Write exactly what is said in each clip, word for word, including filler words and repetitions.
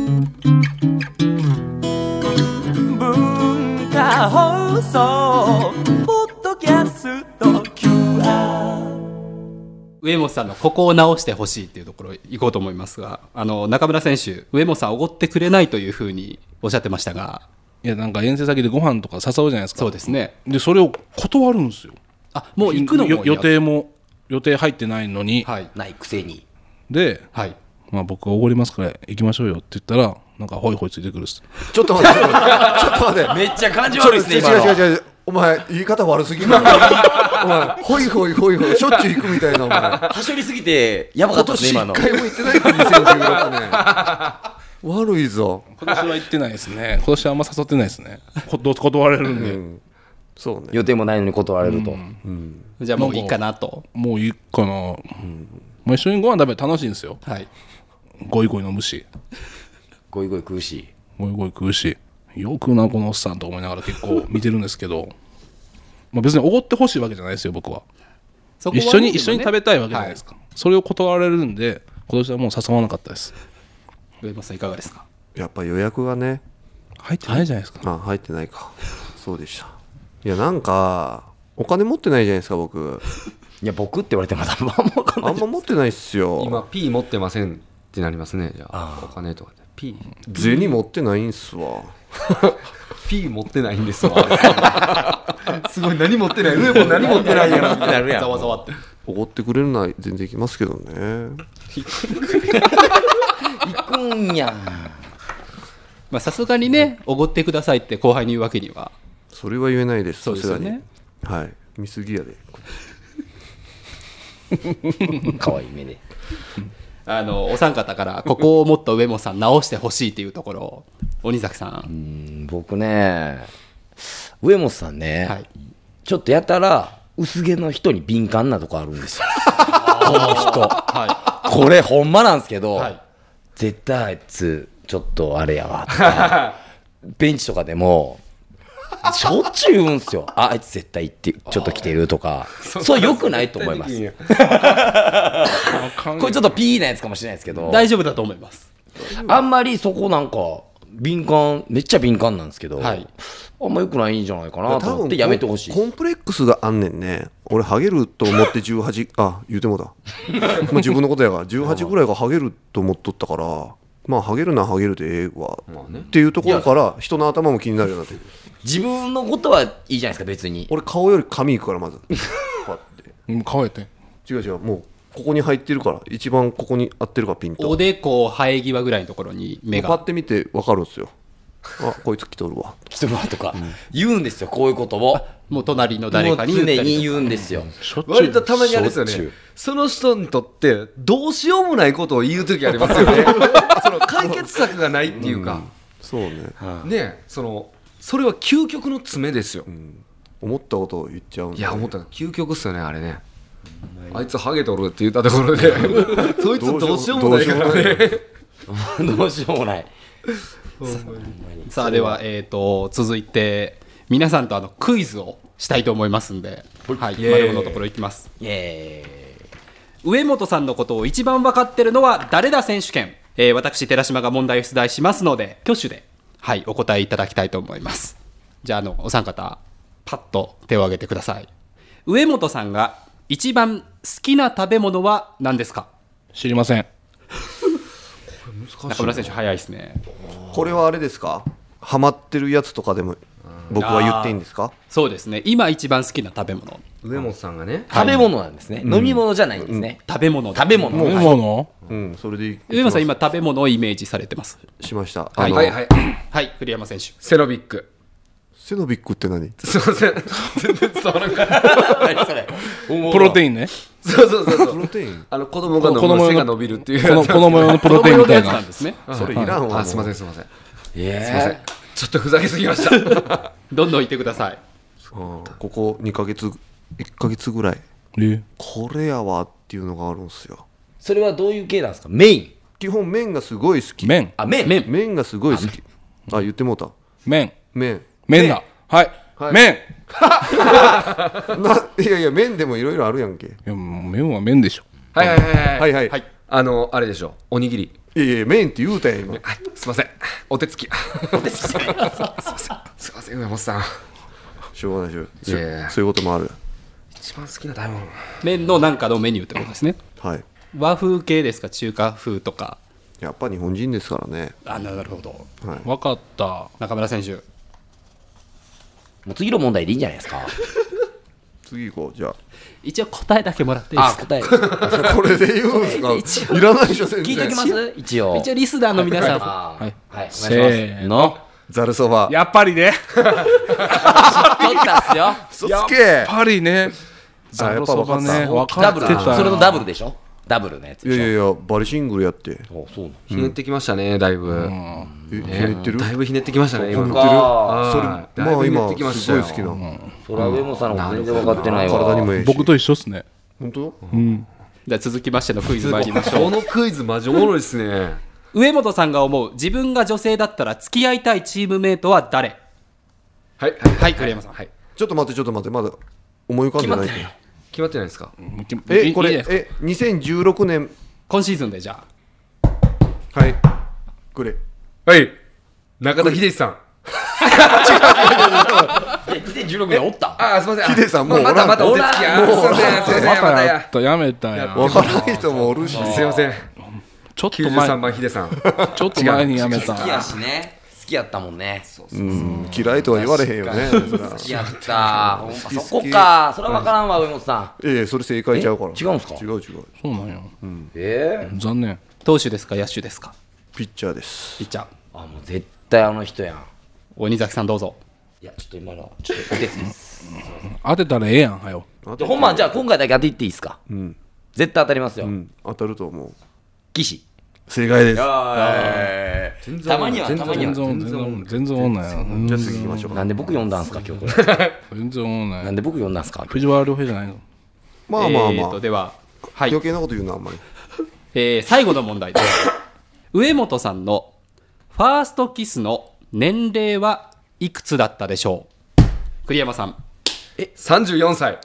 文化放送ポッドキャスト キューアール。 上本さんのここを直してほしいっていうところ行こうと思いますが、あの中村選手、上本さんおごってくれないというふうにおっしゃってましたが。 いや、なんか遠征先でご飯とか誘うじゃないですか。 そうですね。 でそれを断るんですよ。 あ、もう行くのも予定も予定入ってないのに、 はい、 ないくせに。 で、 はい、 まあ、僕がおごりますから行きましょうよって言ったら、なんかホイホイついてくるっす。 ちょっと待ってちょっと待ってめっちゃ感じ悪いですね今の。 違う違う違う、お前言い方悪すぎるお前ホイホイホイホイしょっちゅう行くみたいな。お前はしょりすぎてやばかったですね今の。 今年いっかいも行ってないからにせんじゅうろくねん悪いぞ。 今年は行ってないですね。今年はあんま誘ってないですね。こ断られるんで、うん、 そうね、 予定もないのに断られると、 うんうん、 じゃあもういいかなと。 もういいかな、うん、まあ、一緒にご飯食べる楽しいんですよ、 はい、 ゴイゴイ飲むしゴイゴイ食うしゴイゴイ食うし、よくなこのおっさんと思いながら結構見てるんですけどまあ別におごってほしいわけじゃないですよ僕は。そこは、ね、一緒に一緒に食べたいわけじゃないですか、はい、それを断られるんで今年はもう誘わなかったです。 上本さんいかがですか。 やっぱ予約がね入ってないじゃないですか。 あ、入ってないか。そうでした。いや、なんかお金持ってないじゃないですか僕。 いや、僕って言われてもあんま分かんない。 あんま持ってないっすよ。 今 P 持ってませんってなりますね。じゃあお金とかで P 銭持ってないんすわ P 持ってないんですわすごい、何持ってない、上も何持ってないやろってなるやん。 ざわざわっておごってくれるのは全然行きますけどね。 行くんやん。 まあさすがにね、おごってくださいって後輩に言うわけには。 それは言えないです。 そうですよね。 はい、見過ぎやでかわいい目であのお三方からここをもっと上本さん直してほしいというところを鬼崎さん。 うーん、僕ね、上本さんね、はい、ちょっとやたら薄毛の人に敏感なとこあるんですよこの人、はい、これほんまなんですけど、はい、絶対あいつちょっとあれやわとかベンチとかでもしょっちゅう言うんすよ。あ、あいつ絶対行ってちょっと来てるとか。そう良くないと思いますこれちょっとピーなやつかもしれないですけど大丈夫だと思います。 あんまりそこなんか敏感、めっちゃ敏感なんですけど、はい、あんま良くないんじゃないかなと思ってやめてほしい。 コンプレックスがあんねんね。俺ハゲると思ってじゅうはちあ、言うてもだまあ自分のことやからじゅうはちぐらいがハゲると思っとったから、まあハゲるなハゲるでええわ、まあね、っていうところから人の頭も気になるようになってる。 自分のことはいいじゃないですか別に。 俺顔より髪いくからまずこうやって顔やって違う違う、もうここに入ってるから一番ここに合ってるからピンと。 おでこ生え際ぐらいのところに目がパッて見て分かるんですよ。あ、こいつ来とるわ来とるわとか、うん、言うんですよ。こういうことをもう隣の誰かに言ったりとか常に言うんですよ、 うん、割とたまにあれですよね。その人にとってどうしようもないことを言うときありますよねその解決策がないっていうか、うん、 そうね、 はあ、ね、そのそれは究極の詰めですよ、うん、 思ったことを言っちゃうんで。 いや、思った究極っすよねあれね。あいつハゲとるって言ったところでそいつどうしようもないからねどうしようもないさあでは、えー、と続いて皆さんとあのクイズをしたいと思いますんで、はい、丸のところいきます。イエーイ。上本さんのことを一番分かってるのは誰だ選手権、えー、私寺島が問題を出題しますので挙手で、はい、お答えいただきたいと思います。じゃあ、あのお三方パッと手を挙げてください。上本さんが一番好きな食べ物は何ですか。 知りません中村選手早いですね。 これはあれですか、ハマってるやつとかでも僕は言っていいんですか。 そうですね、今一番好きな食べ物。 上本さんがね、 食べ物なんですね、うん、飲み物じゃないんですね、 うん、食べ物食べ物食べ物、 うん、それでいい。 上本さん今食べ物をイメージされてます。 しました。 はいはいはい、はい、栗山選手。 セノビック。 セノビックって何。 すいません全然伝わらんかった何それ。 プロテインね。 そうそうそうそうプロテイン、 あの子供が飲む背が伸びるっていう子供用のプロテインみたいななんですね。 それいらんわ。 あ、すいませんすいません、 えー、 すいません、ちょっとふざけすぎましたどんどん言ってください。 ここにかげついっかげつぐらい、 えこれやわっていうのがあるんですよ。 それはどういう系なんですか。メイン。 基本麺がすごい好き。 麺。 あ、麺。 麺。 麺がすごい好き。あ、言ってもうた。 麺。 麺。 麺だ。はい。はい、麺ないやいや、麺でもいろいろあるやんけ。いや、麺は麺でしょ。 はいはいはいはいはいはい、はい、 あのあれでしょ、おにぎり。 いやいや、麺って言うたやん今。 いませんお手つきお手つきじゃないすいません上本さんしょうがないでしょいやいやそういうこともある。 一番好きな食べ物麺のなんかのメニューってことですね。 はい、 和風系ですか、中華風とか。 やっぱ日本人ですからね。 あ、なるほど。 はい、 分かった。 中村選手、 もう次の問題でいいんじゃないですか。 次行こう。じゃ一応答えだけもらっていいですか。 あ答えあこれで言うんですか。いらないでしょ先生。 聞いておきます一応一応リスナーの皆さん、 あーはいお願いしますせーの。 ざるそば。 やっぱりね。 取ったっすよそやっつけ。 ぱりね。 あやっぱ分かったね。分かダブルってたよ。 それのダブルでしょ。ダブルのやつでしょ。 いやいやいやバリシングルやって。 おそうなのひねってきましたねだいぶえひねってる。 だいぶひねってきましたね今のひねってるあそれーまあ今だいぶひねってきましたよすごい好きな。 それは上本さんの方が全然分かってないわ。 体にもええし。 僕と一緒っすね。 本当？ じゃあ続きましてのクイズ参りましょう。 このクイズマジおもろいですね上本さんが思う自分が女性だったら付き合いたいチームメイトは誰？ はいはい、栗山さん。 はいちょっと待ってちょっと待ってまだ思い浮かんでない。 決まってないですかえこれいいですかえにせんじゅうろくねん今シーズンでじゃはいくれ。 はい中田秀さんえにせんじゅうろくねんおったあーすみませんヒデさんもうまたまたお手つきおらんあーすいませんすいませんままたやたやった。やめたやん。 分からない人もおるし。 すいませんちょっときゅうじゅうさん前、 ばんヒデさんちょっと前にやめた。 好きやしね好きやったもんねうん嫌いとは言われへんよね。そら好きやったほんまそこかそれは分からんわ上本さんええそれ正解ちゃうから。 え違うんすか違う違う。 そうなんや。 ええ残念。 あ投手ですか野手ですか？ ピッチャーです。 ピッチャー。 あもう絶対あの人やん鬼崎さんどうぞ。 いやちょっと今のちょっとお手つきです当てたらええやん、はよ。 でほんまじゃあ今回だけ当ていっていいですかうん絶対当たりますようん当たると思う。 岸正解です。 たまにはたまには全然、全然、全然おんないやん。 じゃあ次行きましょうか。 なんで僕呼んだんすか今日これ全然おんな。 ないんで僕呼んだんすか藤原良平じゃないの。 まあまあえーまあとでは、はい余計なこと言うなあんまり。 えー最後の問題です上本さんのファーストキスの年齢はいくつだったでしょう？栗山さん。 さんじゅうよんさい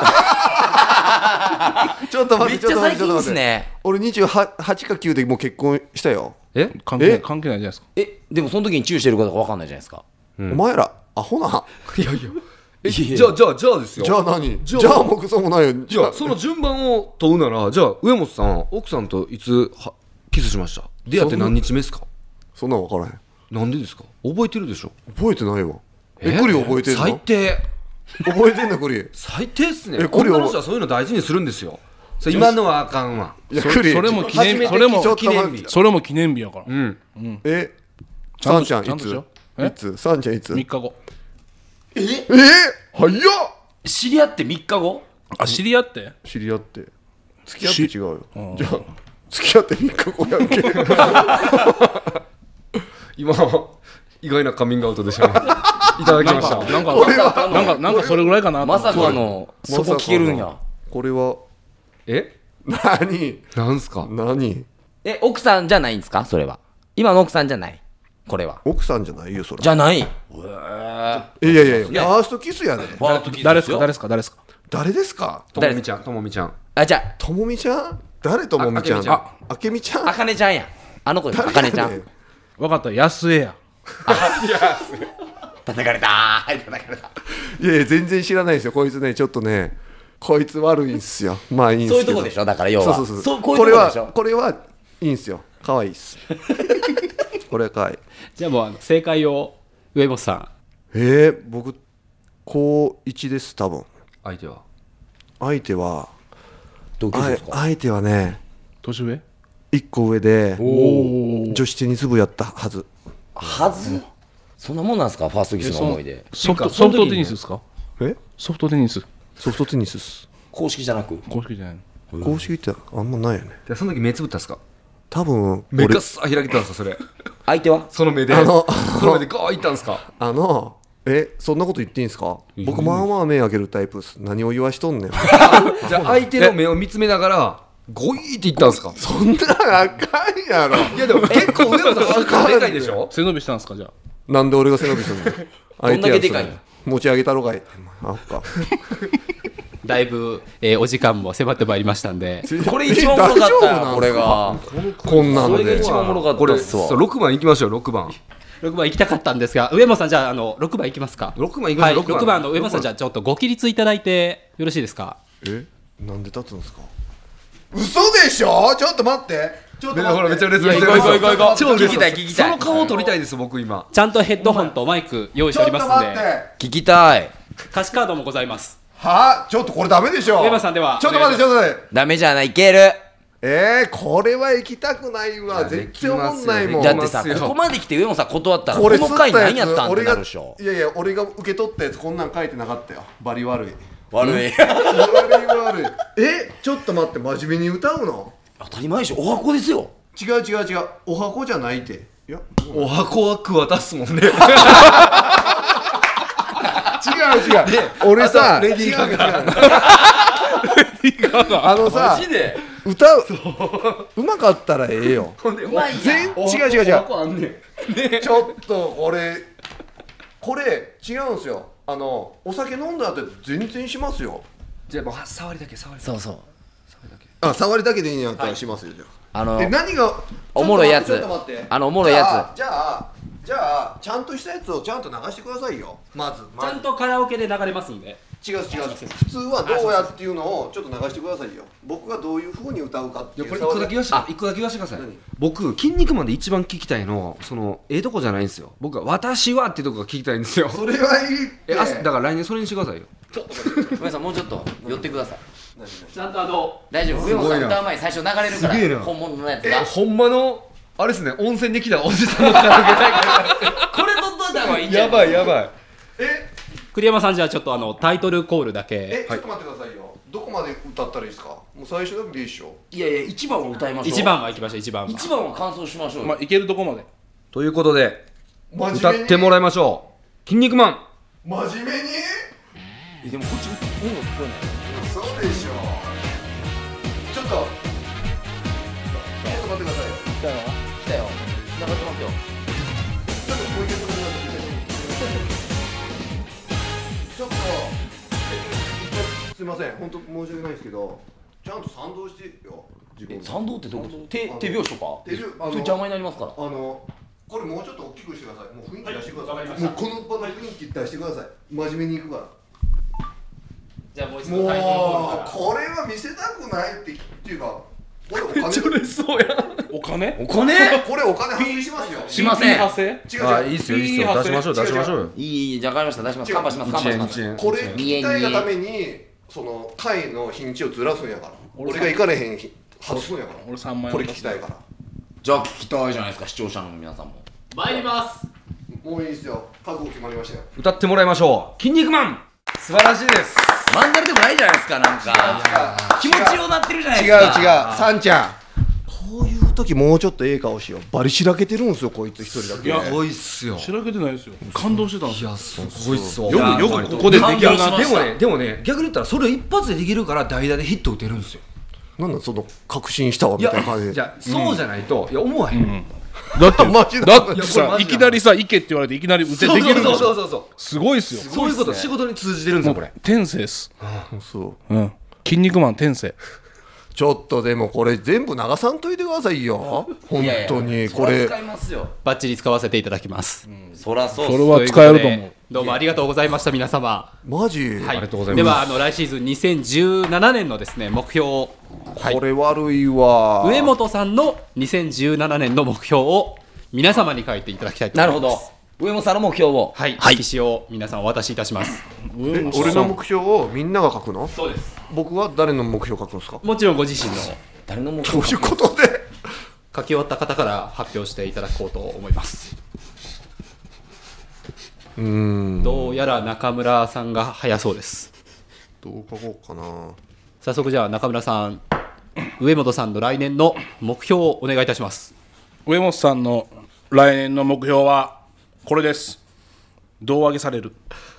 ちょっと待めってちょっと待っちゃ最近ってちょっと待って。 ですね俺にじゅうはちかきゅうでもう結婚したよ。 ええ関係ない、関係ないじゃないですか。 えでもその時にチューしてるかどうか分かんないじゃないですかお前らアホな。 いやいやえじゃあじゃあじゃあですよじゃあ何じゃあじゃあもうクソもないよ。 じゃあその順番を問うならじゃあ上本さん奥さんといつはキスしました？出会って何日目ですか？ そんなん分からへん。 なんでですか？覚えてるでしょ？ 覚えてないわ。えクリ覚えてん最の？ 低覚えてんのクリ。 最低っすねえこれ女の人はそういうの大事にするんですよそれ今のはあかんわそいやクリそれも記念日、 初めてそれもちょっと記念日待ってそれも記念日やから。 うんえちゃんとさんちゃんいつちゃんとしようえいつさんちゃんいつみっかご。 え早っ。 知り合ってみっかごあ、知り合って知り合って付き合って違うよ。じゃあ付き合ってみっかごやんけ。 今意外なカミングアウトでしたねいただきなんか、 ましたなんか、なんか、なんかそれぐらいかなと思って。 まさかのそこ聞けるんやこれはえ何なんすか何え奥さんじゃないんですかそれは今の奥さんじゃないこれは奥さんじゃないよそれ。 じゃないいやいやいやファーストキスやで。 ファーストキス誰ですか、 よ誰ですか、誰ですか。 誰ですか？ ともみちゃんともみちゃんあじゃともみちゃん？誰ともみちゃん？ ああけみちゃん？ ああかねちゃんやあの子ですあかねちゃんわかった、安江や。 叩かれたはい叩かれたいやいや全然知らないですよこいつねちょっとねこいつ悪いんすよ。まあいいんすけど。 そういうとこでしょだから要はそうそうそう。 そうこういうとこでしょこれはこれはいいんすよ。可愛いっす。これは可愛い。 じゃあもうあの正解を上本さん。 えー、僕高いちです多分。 相手は相手はあ同級生ですか相手はね年上いっこ上でお女子テニス部やったはず。 はずそんなもんなんすかファーストキスの思い出ソフト、 その時にソフトテニスですか。 えソフトテニス。 ソフトテニスっす。 公式じゃなく公式じゃないの。 公式ってあんまないよね。 でその時目つぶったんすか？ 多分目俺がさ開けたんすかそれ相手はその目であのその目でガーッいったんすか？ あのえそんなこと言っていいんすか？僕まあまあ目開けるタイプっす。何を言わしとんねん。 じゃあ相手の目を見つめながらゴイーっていったんすか？ そんなあかんやろ。 いやでも結構上本さんそんなでかいでしょ？ 背伸びしたんですか、じゃあ。 なんで俺が背伸びするの？ どんだけでかいの持ち上げたろかい。あっか。 だいぶ、えー、お時間も迫ってまいりましたんでこれ一番おもろかったよこれがこんなのでこれが一番おもろかったっすわそうろくばんいきましょうろくばんろくばん行きたかったんですが上本さんじゃあ、あのろくばん行きますか。 ろくばん行きましょう、 はい、ろくばんの上本さんじゃあちょっとご起立いただいてよろしいですか。 えなんで立つんですか。 嘘でしょ。ちょっと待ってちょっと待って。 ほらめっちゃ嬉しい。 いや行こう行こう行こう行こう超嬉しい聞きたい聞きたいその顔を撮りたいです僕今。 ちゃんとヘッドホンとマイク用意しておりますので聞きたい歌詞カードもございます。 はちょっとこれダメでしょ。 上本さんではちょっと待ってちょっと待って。 ダメじゃないいけるえー、これは行きたくないわ。 いや絶対思んないもん。 だってさますよここまで来て上本さん断ったらここの回れ吸った何やったんってやつ俺がなるでしょいやいや俺が受け取ったやつこんなん書いてなかったよ。バリ悪い悪い悪い悪い。えちょっと待って真面目に歌うの。 当たり前でしょお箱ですよ違う違う違うお箱じゃないっていやお箱は桑田っすもんね。 違う違う俺さレディーガガ違う違うあのさで歌ううまかったらええよ。全違う違う違うちょっとこれこれ違うんすよ。あのお酒飲んだ後全然しますよ。 じゃあもう触りだけ触りだけそうそうあ触りだけでいいんやったらしますよ。じゃああのえ何がおもろいやつちょっと待ってちょっと待ってあのおもろいやつじゃあじゃあじゃあちゃんとしたやつをちゃんと流してくださいよ。まずまずちゃんとカラオケで流れますんで。 違う違う普通はどうやっていうのをちょっと流してくださいよ。僕がどういう風に歌うかっていう。 いやこれ一個だけ言わして一個だけ言わしてください。僕筋肉マンで一番聞きたいのそのええとこじゃないんですよ。僕は私はっていうとこが聞きたいんですよ。 それはいいってえあだから来年それにしてくださいよ。 ごめんなさいもうちょっと寄ってくださいちゃんとあの大丈夫上本さん歌う前に最初流れるかすげえなら本物のやつがほんまのあれですね温泉で来たおじさんのカラオケ大会。 これ取っといた方がいいんじゃやないばいやばい。 え栗山さんじゃあちょっとあのタイトルコールだけ。 えちょっと待ってくださいよ。どこまで歌ったらいいですか。もう最初だけでいいでしょ。 いやいや一番を歌いましょういちばんは行きましょういちばんは。 一番を完走しましょうよまあいけるとこまでということで真面目に歌ってもらいましょう。筋肉マン。 真面目にえでもこっち音楽聞こえないそうでしょ。ちょっとちょっと待ってくださいよ。 来たよ来たよ繋がってますよちょっともう一回止めてください。ちょっとすいません本当申し訳ないですけどちゃんと賛同してよ自分え賛同ってどういうこと手手拍子とか手拍子あのそれ邪魔になりますからあのこれもうちょっと大きくしてください。もう雰囲気出してください。もうこの場の雰囲気出してください。真面目にいくから。 じゃあもう一もう度タイトルコールから。 これは見せたくないってっていうかこれお金めっちゃ嬉しそうやん。 お金お金これお金発生しますよ。 しません発生違う違う。 あいいっすよいいっすよ出しましょう出しましょうよ。 いいいいじゃあ分かりました出しますカンパしますカンパしますこれ聞きたいがためにその会の日にちをずらすんやから。俺が行かれへん日外すんやから。 俺さんまん円これ聞きたいから。 じゃあ聞きたいじゃないですか視聴者の皆さんも参ります。 もういいですよ。覚悟決まりましたよ。 歌ってもらいましょう。筋肉マン。素晴らしいです。 マンダルでもないじゃないですかなんか気持ちようなってるじゃない違うですか違うさんちゃん。こういう時もうちょっとええ顔しよう。バリしらけてるんですよこいつ一人だけ。 いやすごいっすよ。 しらけてないですよ感動してたんですよいやすごいっすわ。 よくよくここでできるな感動しましたでもねでもね逆に言ったらそれを一発でできるから代打でヒット打てるんですよ。 なんだその確信したわみいやたいな感じで。 じゃあそうじゃないといや思わへん。 だってマジでだっていやこれさマジでいきなりさ行けって言われていきなり打てできるんでしょそうそうそうそうすごいっすよそういうこと仕事に通じてるんですよこれ。 天性っすそううん筋肉マン天性ちょっとでもこれ全部流さんといてくださいよ本当にこれそら使いますよバッチリ使わせていただきます。 そらそうそれは使えると思うどうもありがとうございました皆様。 マジ、 はい、 ありがとうございますではあの来シーズンにせんじゅうななねんのですね目標を、はいこれ悪いわ上本さんのにせんじゅうななねんの目標を皆様に書いていただきたいとなる思います。 ほど上本さんの目標をはい、色紙を皆さんお渡しいたします。 え俺の目標をみんなが書くの。 そうです。 僕は誰の目標書くんですか。 もちろんご自身の誰の目どう標いうことで書き終わった方から発表していただこうと思います。 うーんどうやら中村さんが早そうです。 どう書こうかな。 早速じゃあ中村さん上本さんの来年の目標をお願いいたします。 上本さんの来年の目標はこれです胴上げされる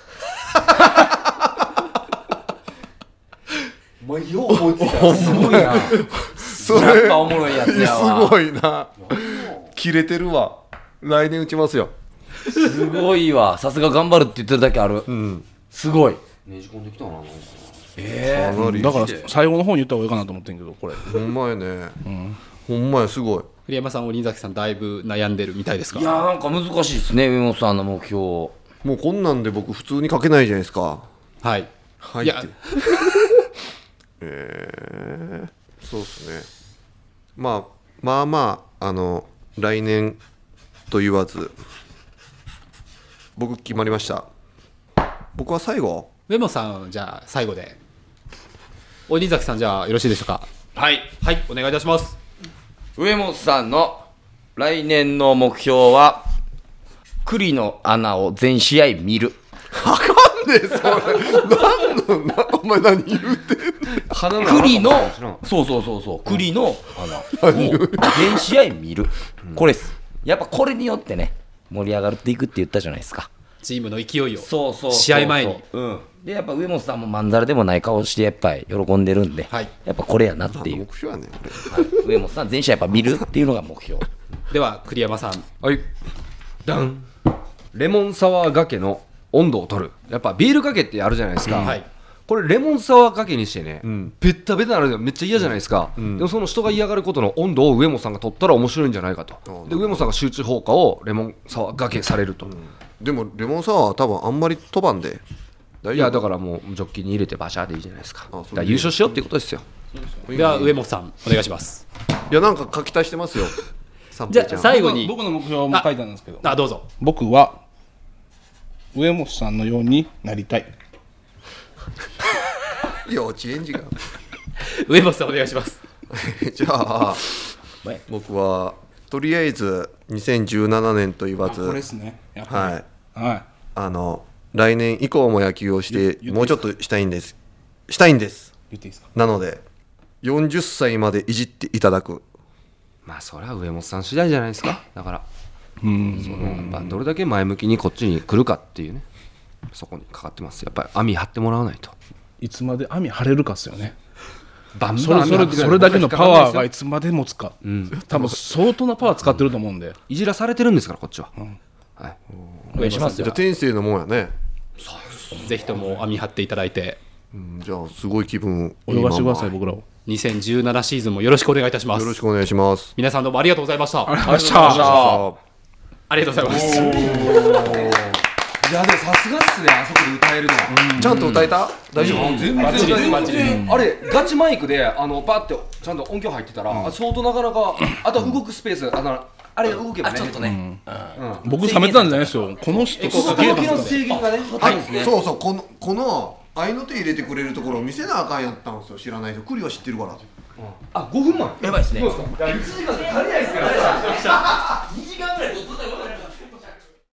お前よう思いついたすごいなそやっれぱおもろいやつやすわごいな切れてるわ。来年打ちますよ。 すごいわさすが頑張るって言ってるだけあるうんすごいねじ込んできたな。 えかなりだから最後の方に言った方がいいかなと思ってんけどこれほんまやね、ほんまやすごい。 栗山さん、鬼崎さんだいぶ悩んでるみたいですか。 いやーなんか難しいですね上本さんの目標。 もうこんなんで僕普通に書けないじゃないですか。 はいはいいやってえー、そうですね。まあまあまああの来年と言わず僕決まりました。僕は最後上本さん、じゃあ最後で鬼崎さん、じゃあよろしいでしょうか。 はいはいお願いいたします。 上本さんの来年の目標は栗の穴を全試合見る。 あかんねそれ何のなお前何言うてん鼻の栗の穴かもしれんそうそうそうそう栗の穴を全試合見る、これです。やっぱこれによってね盛り上がっていくって言ったじゃないですか。 チームの勢いをそうそうそうそう試合前に。 うん、でやっぱ上本さんもまんざらでもない顔してやっぱり喜んでるんで、 はいやっぱこれやなっていう、 目標やねん俺はい上本さん全試合やっぱ見るっていうのが目標。 では栗山さん、 はいダンレモンサワーがけの温度を取る。やっぱビールかけってあるじゃないですか、 はいこれレモンサワーかけにしてね、ベッタベタなるのめっちゃ嫌じゃないですか、でもその人が嫌がることの温度を上本さんが取ったら面白いんじゃないかと。で上本さんが集中放火をレモンサワーがけされると、 でもレモンサワーは多分あんまり飛ばんで大丈夫。 いやだからもうジョッキに入れてバシャーでいいじゃないですか。 そうだから優勝しようっていうことですよ。 では上本さんお願いします。 いやなんか書き足してますよ三じゃあ平ちゃん。 最後に僕の目標も書いたんですけどあどうぞ。 僕は上本さんのようになりたい。 幼稚園児が上本さんお願いします。 じゃあ僕はとりあえずにせんじゅうななねんと言わず、 これですねやっぱはいりはいあの来年以降も野球をして言もうちょっとしたいんですしたいんです言っていいですか。 なのでよんじゅっさいまでいじっていただく。 まあそれは上本さん次第じゃないですか。だからうんそのやっぱどれだけ前向きにこっちに来るかっていうね、そこにかかってます。やっぱり網張ってもらわないと。 いつまで網張れるかっすよね。 バンそれそれそれだけのパワーがいつまで持つか、 うん、 多分相当なパワー使ってると思うんで、 いじらされてるんですからこっちは、はい、 お願いしますよ。 じゃあ天性のもんやね。 ぜひとも網張っていただいて、 うんじゃあすごい気分泳がしてくださいいいま僕らを。 にせんじゅうななシーズンもよろしくお願いいたしま。 ますよろしくお願いします。 皆さんどうもありがとうございました。 ありがとうございました。 あありがとうございます。 いやでもさすがっすね、あそこで歌えるの。 ちゃんと歌えた大丈夫。 全然バッチリです全バッチリです然あれガチマイクであのパッてちゃんと音響入ってたら、あ相当なかなかあとは動くスペースあのあれが動けばね、 ちょっとね、 僕冷めてたんじゃないですよ。この人すげえ動きのな。 制限がねはい、そうそうこのこの合いの手入れてくれるところを見せなあかんやったんですよ。知らない人栗は知ってるから。 あごふんまんやばいですね。 いちじかん足りないですからにじかんぐらい撮っと